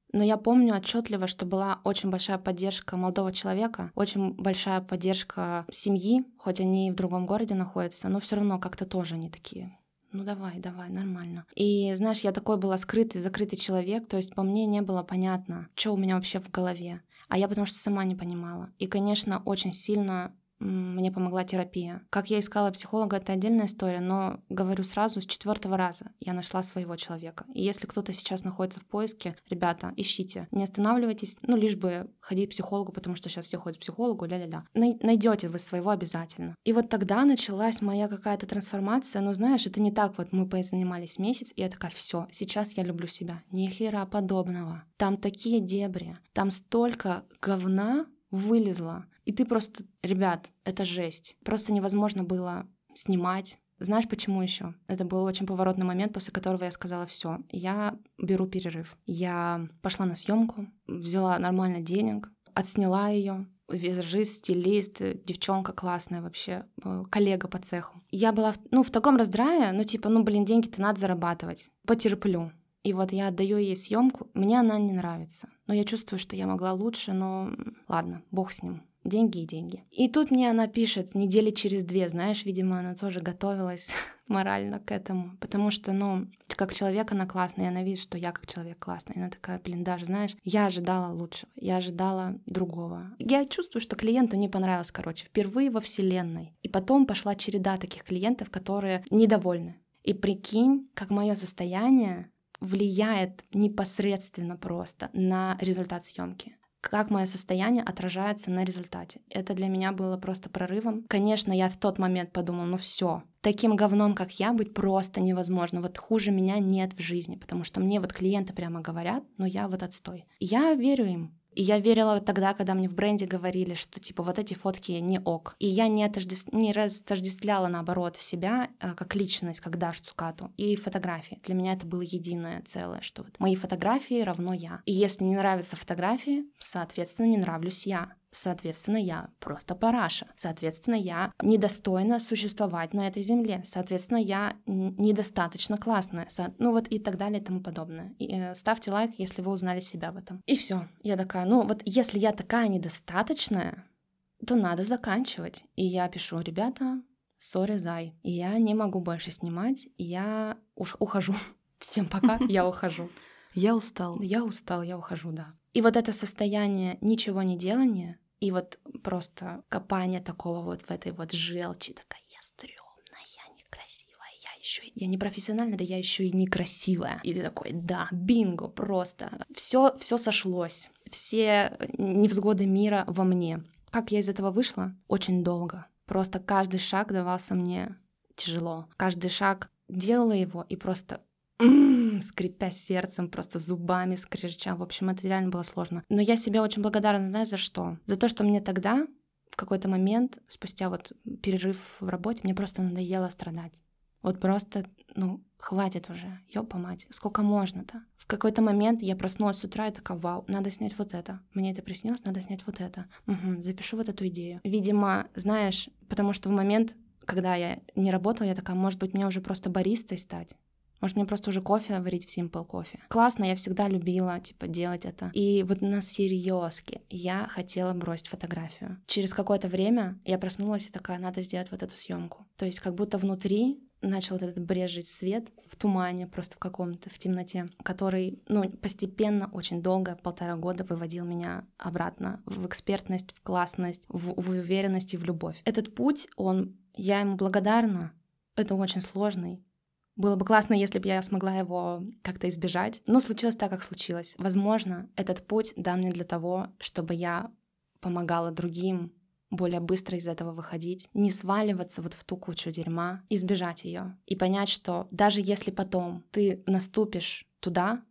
Но я помню отчетливо, что была очень большая поддержка молодого человека, очень большая поддержка семьи, хоть они в другом городе находятся, но все равно как-то тоже они такие: ну давай, давай, нормально. И знаешь, я такой была скрытый, закрытый человек, то есть по мне не было понятно, что у меня вообще в голове. А я потому что сама не понимала. И, конечно, очень сильно мне помогла терапия. Как я искала психолога, это отдельная история, но говорю сразу, с четвертого раза я нашла своего человека. И если кто-то сейчас находится в поиске, ребята, ищите, не останавливайтесь, ну лишь бы ходить к психологу, потому что сейчас все ходят к психологу, ля-ля-ля. Найдете вы своего обязательно. И вот тогда началась моя какая-то трансформация. Ну знаешь, это не так вот мы позанимались месяц, и я такая: все, сейчас я люблю себя. Ни хера подобного. Там такие дебри, там столько говна вылезло. И ты просто, ребят, это жесть. Просто невозможно было снимать. Знаешь, почему еще? Это был очень поворотный момент, после которого я сказала: все, я беру перерыв. Я пошла на съемку, взяла нормально денег, отсняла ее. Визажист, стилист, девчонка классная вообще, коллега по цеху. Я была, ну, в таком раздрае, ну, типа, ну, блин, деньги-то надо зарабатывать. Потерплю. И вот я отдаю ей съемку, мне она не нравится. Но я чувствую, что я могла лучше, но ладно, бог с ним. Деньги и деньги. И тут мне она пишет недели через две, знаешь, видимо, она тоже готовилась морально к этому, потому что, ну, как человек она классная, и она видит, что я как человек классный. И она такая: блин, даже, знаешь, я ожидала лучшего, я ожидала другого. Я чувствую, что клиенту не понравилось, короче, впервые во вселенной. И потом пошла череда таких клиентов, которые недовольны. И прикинь, как мое состояние влияет непосредственно просто на результат съемки. Как мое состояние отражается на результате. Это для меня было просто прорывом. Конечно, я в тот момент подумала: ну все, таким говном, как я, быть просто невозможно. Вот хуже меня нет в жизни, потому что мне вот клиенты прямо говорят: ну я вот отстой. И я верю им. И я верила тогда, когда мне в бренде говорили, что типа вот эти фотки не ок. И я не, отождеств... не разотождествляла, наоборот, себя э, как личность, как Дашу Цукату, и фотографии. Для меня это было единое целое, что вот мои фотографии равно я. И если не нравятся фотографии, соответственно, не нравлюсь я. Соответственно, я просто параша. Соответственно, я недостойна существовать на этой земле. Соответственно, я недостаточно классная. Со... Ну вот и так далее и тому подобное. И, э, ставьте лайк, если вы узнали себя в этом. И все. Я такая: ну вот если я такая недостаточная, то надо заканчивать. И я пишу: ребята, сори, зай. И я не могу больше снимать. И я уж ухожу. Всем пока, я ухожу. Я устал. Я устал, я ухожу, да. И вот это состояние ничего не делания и вот просто копание такого вот в этой вот желчи, такая: я стрёмная, я некрасивая, я еще я не профессиональная, да я еще и некрасивая. И ты такой: да, бинго, просто. Все, все сошлось, все невзгоды мира во мне. Как я из этого вышла? Очень долго. Просто каждый шаг давался мне тяжело. Каждый шаг делала его и просто... М-м, скрипя сердцем, просто зубами скрежеща. В общем, это реально было сложно. Но я себе очень благодарна, знаешь, за что? За то, что мне тогда, в какой-то момент, спустя вот перерыв в работе, мне просто надоело страдать. Вот просто, ну, хватит уже, ёпа мать, сколько можно-то? В какой-то момент я проснулась с утра и такая: вау, надо снять вот это. Мне это приснилось, надо снять вот это. Угу, запишу вот эту идею. Видимо, знаешь, потому что в момент, когда я не работала, я такая: может быть, мне уже просто баристой стать? Может, мне просто уже кофе варить в Simple Coffee? Классно, я всегда любила, типа, делать это. И вот на серьезке я хотела бросить фотографию. Через какое-то время я проснулась и такая: надо сделать вот эту съемку. То есть как будто внутри начал вот этот брезжить свет в тумане, просто в каком-то, в темноте, который, ну, постепенно, очень долго, полтора года выводил меня обратно в экспертность, в классность, в, в уверенность и в любовь. Этот путь, он, я ему благодарна, это очень сложный. Было бы классно, если бы я смогла его как-то избежать. Но случилось так, как случилось. Возможно, этот путь дан мне для того, чтобы я помогала другим более быстро из этого выходить, не сваливаться вот в ту кучу дерьма, избежать ее и понять, что даже если потом ты наступишь туда,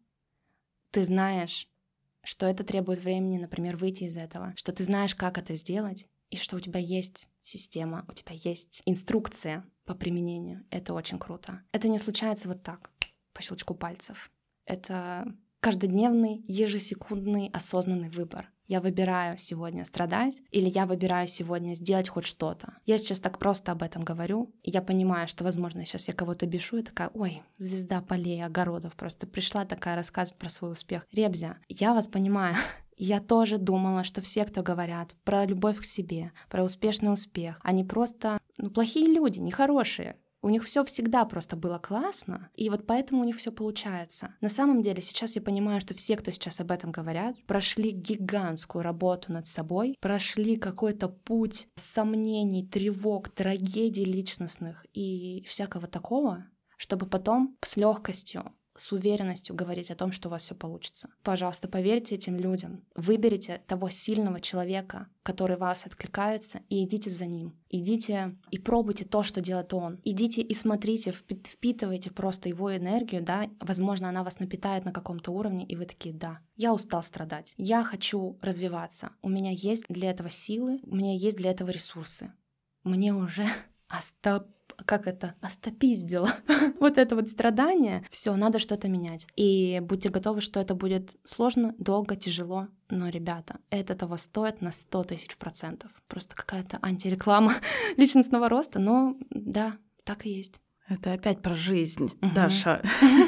ты знаешь, что это требует времени, например, выйти из этого, что ты знаешь, как это сделать, и что у тебя есть система, у тебя есть инструкция по применению. Это очень круто. Это не случается вот так, по щелчку пальцев. Это каждодневный, ежесекундный осознанный выбор. Я выбираю сегодня страдать или я выбираю сегодня сделать хоть что-то. Я сейчас так просто об этом говорю, и я понимаю, что, возможно, сейчас я кого-то бешу, и такая, ой, звезда полей, огородов, просто пришла такая рассказывать про свой успех. Ребзя, я вас понимаю. Я тоже думала, что все, кто говорят про любовь к себе, про успешный успех, они просто ну, плохие люди, нехорошие. У них все всегда просто было классно, и вот поэтому у них все получается. На самом деле сейчас я понимаю, что все, кто сейчас об этом говорят, прошли гигантскую работу над собой, прошли какой-то путь сомнений, тревог, трагедий личностных и всякого такого, чтобы потом с легкостью, с уверенностью говорить о том, что у вас все получится. Пожалуйста, поверьте этим людям. Выберите того сильного человека, который вас откликается, и идите за ним. Идите и пробуйте то, что делает он. Идите и смотрите, впитывайте просто его энергию, да, возможно, она вас напитает на каком-то уровне, и вы такие, да, я устал страдать, я хочу развиваться, у меня есть для этого силы, у меня есть для этого ресурсы. Мне уже осталось как это, остопиздило. Вот это вот страдание. Все, надо что-то менять. И будьте готовы, что это будет сложно, долго, тяжело. Но, ребята, это того стоит на сто тысяч процентов. Просто какая-то антиреклама личностного роста. Но да, так и есть. Это опять про жизнь, угу. Даша.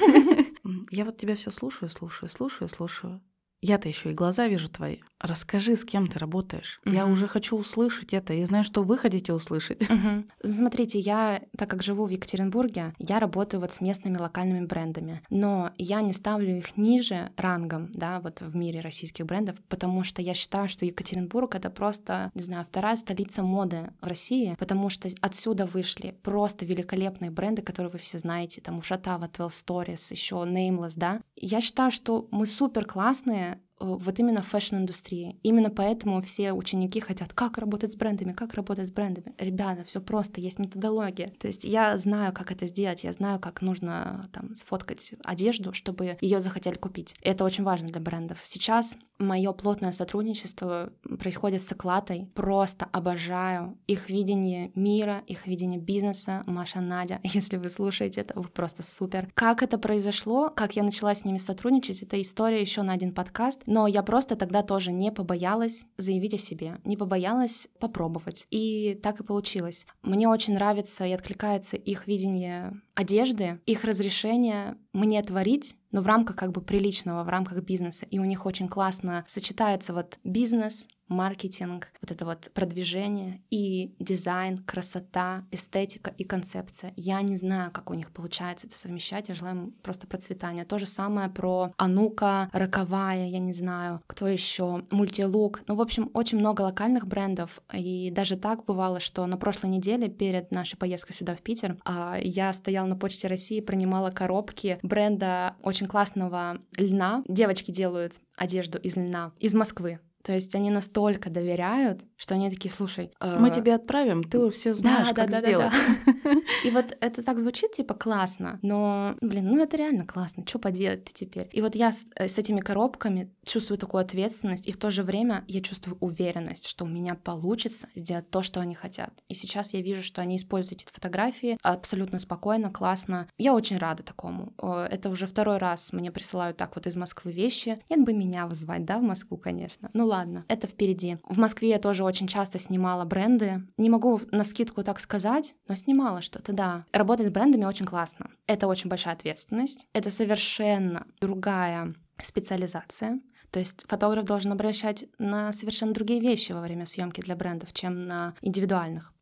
Я вот тебя все слушаю, слушаю, слушаю, слушаю. Я-то еще и глаза вижу твои. Расскажи, с кем ты работаешь. Uh-huh. Я уже хочу услышать это. Я знаю, что вы хотите услышать. Uh-huh. Смотрите, я, так как живу в Екатеринбурге, я работаю вот с местными локальными брендами. Но я не ставлю их ниже рангом, да, вот в мире российских брендов, потому что я считаю, что Екатеринбург — это просто, не знаю, вторая столица моды в России, потому что отсюда вышли просто великолепные бренды, которые вы все знаете, там Ушатава, twelve stories, еще Nameless, да. Я считаю, что мы супер классные вот именно в фэшн-индустрии. Именно поэтому все ученики хотят, как работать с брендами, как работать с брендами. Ребята, все просто, есть методология. То есть я знаю, как это сделать, я знаю, как нужно там сфоткать одежду, чтобы ее захотели купить. Это очень важно для брендов. Сейчас мое плотное сотрудничество происходит с Эклатой. Просто обожаю их видение мира, их видение бизнеса. Маша, Надя, если вы слушаете это, вы просто супер. Как это произошло, как я начала с ними сотрудничать, это история еще на один подкаст. Но я просто тогда тоже не побоялась заявить о себе, не побоялась попробовать. И так и получилось. Мне очень нравится и откликается их видение одежды, их разрешение мне творить, но в рамках как бы приличного, в рамках бизнеса. И у них очень классно сочетается вот бизнес, маркетинг, вот это вот продвижение и дизайн, красота, эстетика и концепция. Я не знаю, как у них получается это совмещать, я желаю им просто процветания. То же самое про Анука, Роковая, я не знаю, кто еще, Мультилук. Ну, в общем, очень много локальных брендов, и даже так бывало, что на прошлой неделе перед нашей поездкой сюда в Питер я стояла на Почте России, принимала коробки бренда очень классного льна. Девочки делают одежду из льна, из Москвы. То есть они настолько доверяют, что они такие, слушай... Э... Мы тебе отправим, ты все знаешь, да, как да, сделать. Да, да, да. И вот это так звучит, типа, классно, но, блин, ну это реально классно, что поделать-то теперь? И вот я с, с этими коробками чувствую такую ответственность, и в то же время я чувствую уверенность, что у меня получится сделать то, что они хотят. И сейчас я вижу, что они используют эти фотографии абсолютно спокойно, классно. Я очень рада такому. Это уже второй раз мне присылают так вот из Москвы вещи. Нет бы меня вызвать, да, в Москву, конечно. Ну ладно, это впереди. В Москве я тоже очень часто снимала бренды. Не могу навскидку так сказать, но снимала что-то, да. Работать с брендами очень классно. Это очень большая ответственность. Это совершенно другая специализация. То есть фотограф должен обращать на совершенно другие вещи во время съемки для брендов, чем на индивидуальных.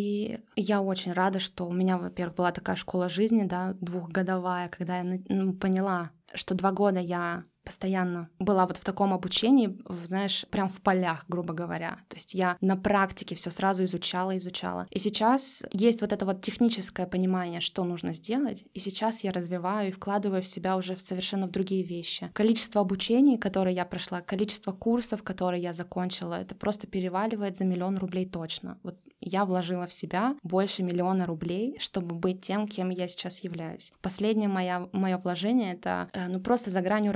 И я очень рада, что у меня, во-первых, была такая школа жизни, да, двухгодовая, когда я ну, поняла, что два года я постоянно была вот в таком обучении, знаешь, прям в полях, грубо говоря. То есть я на практике все сразу изучала, изучала. И сейчас есть вот это вот техническое понимание, что нужно сделать, и сейчас я развиваю и вкладываю в себя уже в совершенно в другие вещи. Количество обучений, которые я прошла, количество курсов, которые я закончила, это просто переваливает за миллион рублей точно. Вот я вложила в себя больше миллиона рублей, чтобы быть тем, кем я сейчас являюсь. Последнее моё, моё вложение — это ну просто за гранью разумного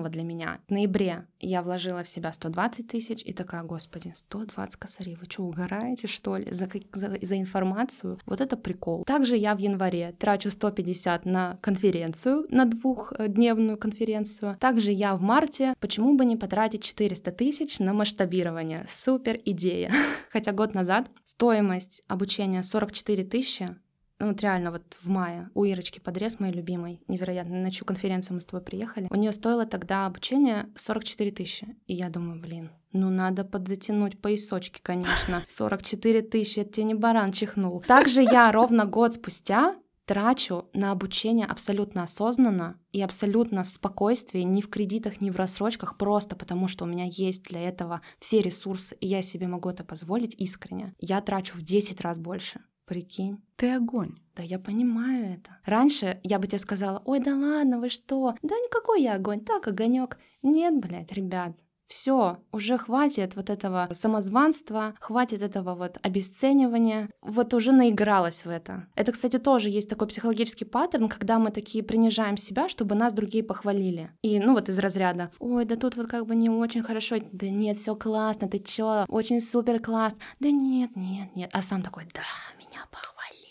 нового для меня. В ноябре я вложила в себя сто двадцать тысяч и такая: господи, сто двадцать косарей, вы что, угораете, что ли, за, за, за информацию? Вот это прикол. Также я в январе трачу сто пятьдесят на конференцию, на двухдневную конференцию. Также я в марте, почему бы не потратить четыреста тысяч на масштабирование? Супер идея. Хотя год назад стоимость обучения сорок четыре тысячи. Ну, вот реально, вот в мае у Ирочки Подрез, моей любимой, невероятно, на чью конференцию мы с тобой приехали, у нее стоило тогда обучение сорок четыре тысячи. И я думаю, блин, ну надо подзатянуть поясочки, конечно. сорок четыре тысячи, это тебе не баран чихнул. Также я ровно год спустя трачу на обучение абсолютно осознанно и абсолютно в спокойствии, ни в кредитах, ни в рассрочках, просто потому что у меня есть для этого все ресурсы, и я себе могу это позволить искренне. Я трачу в десять раз больше. Прикинь. Ты огонь. Да, я понимаю это. Раньше я бы тебе сказала: ой, да ладно, вы что? Да никакой я огонь, так огонек. Нет, блядь, ребят, все, уже хватит вот этого самозванства, хватит этого вот обесценивания. Вот уже наигралась в это. Это, кстати, тоже есть такой психологический паттерн, когда мы такие принижаем себя, чтобы нас другие похвалили. И, ну вот из разряда: ой, да тут вот как бы не очень хорошо. Да нет, все классно, ты чё? Очень супер класс. Да нет, нет, нет. А сам такой: да, меня похвалили.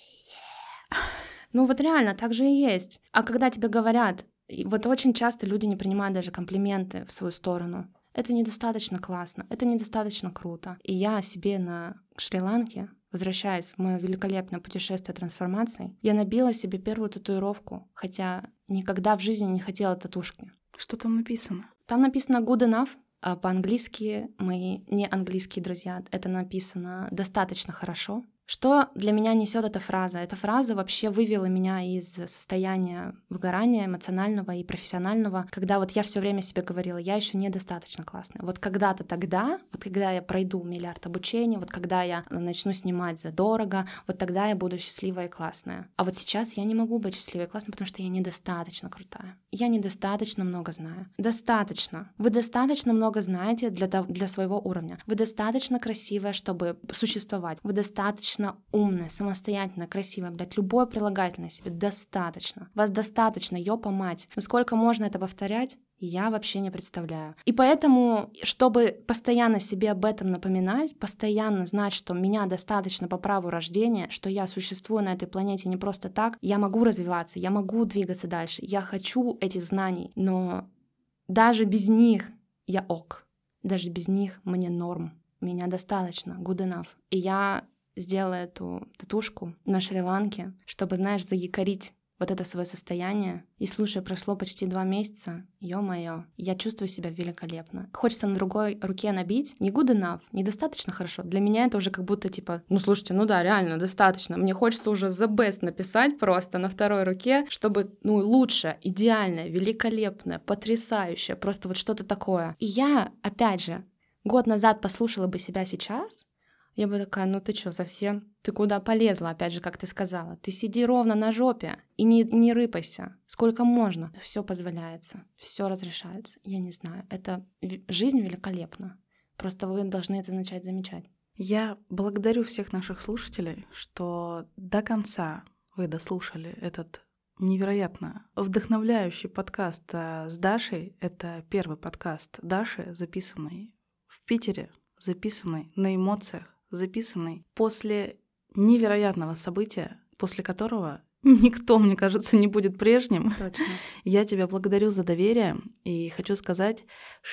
Yeah. Ну вот реально, так же и есть. А когда тебе говорят, и вот очень часто люди не принимают даже комплименты в свою сторону. Это недостаточно классно, это недостаточно круто. И я себе на Шри-Ланке, возвращаясь в мое великолепное путешествие трансформаций, я набила себе первую татуировку, хотя никогда в жизни не хотела татушки. Что там написано? Там написано good enough, а по-английски мои не английские друзья, это написано достаточно хорошо. Что для меня несет эта фраза? Эта фраза вообще вывела меня из состояния выгорания эмоционального и профессионального, когда вот я все время себе говорила: я еще недостаточно классная. Вот когда-то тогда, вот когда я пройду миллиард обучений, вот когда я начну снимать задорого, вот тогда я буду счастливая и классная. А вот сейчас я не могу быть счастливой и классной, потому что я недостаточно крутая. Я недостаточно много знаю. Достаточно. Вы достаточно много знаете для, для своего уровня. Вы достаточно красивая, чтобы существовать. Вы достаточно умная, самостоятельная, красивая, блядь, любое прилагательное себе достаточно. Вас достаточно, ёпа мать. Но сколько можно это повторять, я вообще не представляю. И поэтому, чтобы постоянно себе об этом напоминать, постоянно знать, что меня достаточно по праву рождения, что я существую на этой планете не просто так, я могу развиваться, я могу двигаться дальше, я хочу этих знаний, но даже без них я ок. Даже без них мне норм. Меня достаточно, good enough. И я сделала эту татушку на Шри-Ланке, чтобы, знаешь, заякорить вот это свое состояние. И, слушай, прошло почти два месяца, ё-моё, я чувствую себя великолепно. Хочется на другой руке набить не good enough, недостаточно хорошо. Для меня это уже как будто типа, ну слушайте, ну да, реально, достаточно. Мне хочется уже the best написать просто на второй руке, чтобы, ну, лучше, идеальное, великолепное, потрясающее, просто вот что-то такое. И я, опять же, год назад послушала бы себя сейчас, я бы такая: ну ты чё, совсем? Ты куда полезла, опять же, как ты сказала? Ты сиди ровно на жопе и не, не рыпайся. Сколько можно? Все позволяется, все разрешается. Я не знаю, это жизнь великолепна. Просто вы должны это начать замечать. Я благодарю всех наших слушателей, что до конца вы дослушали этот невероятно вдохновляющий подкаст с Дашей. Это первый подкаст Даши, записанный в Питере, записанный на эмоциях, записанный после невероятного события, после которого никто, мне кажется, не будет прежним. Точно. Я тебя благодарю за доверие и хочу сказать,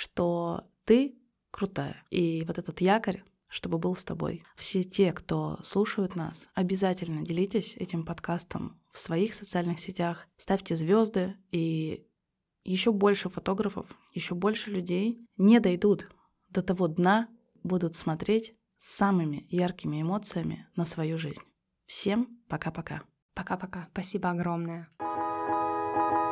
что ты крутая. И вот этот якорь, чтобы был с тобой. Все те, кто слушают нас, обязательно делитесь этим подкастом в своих социальных сетях, ставьте звезды, и еще больше фотографов, еще больше людей не дойдут до того дна, будут смотреть с самыми яркими эмоциями на свою жизнь. Всем пока-пока. Пока-пока. Спасибо огромное.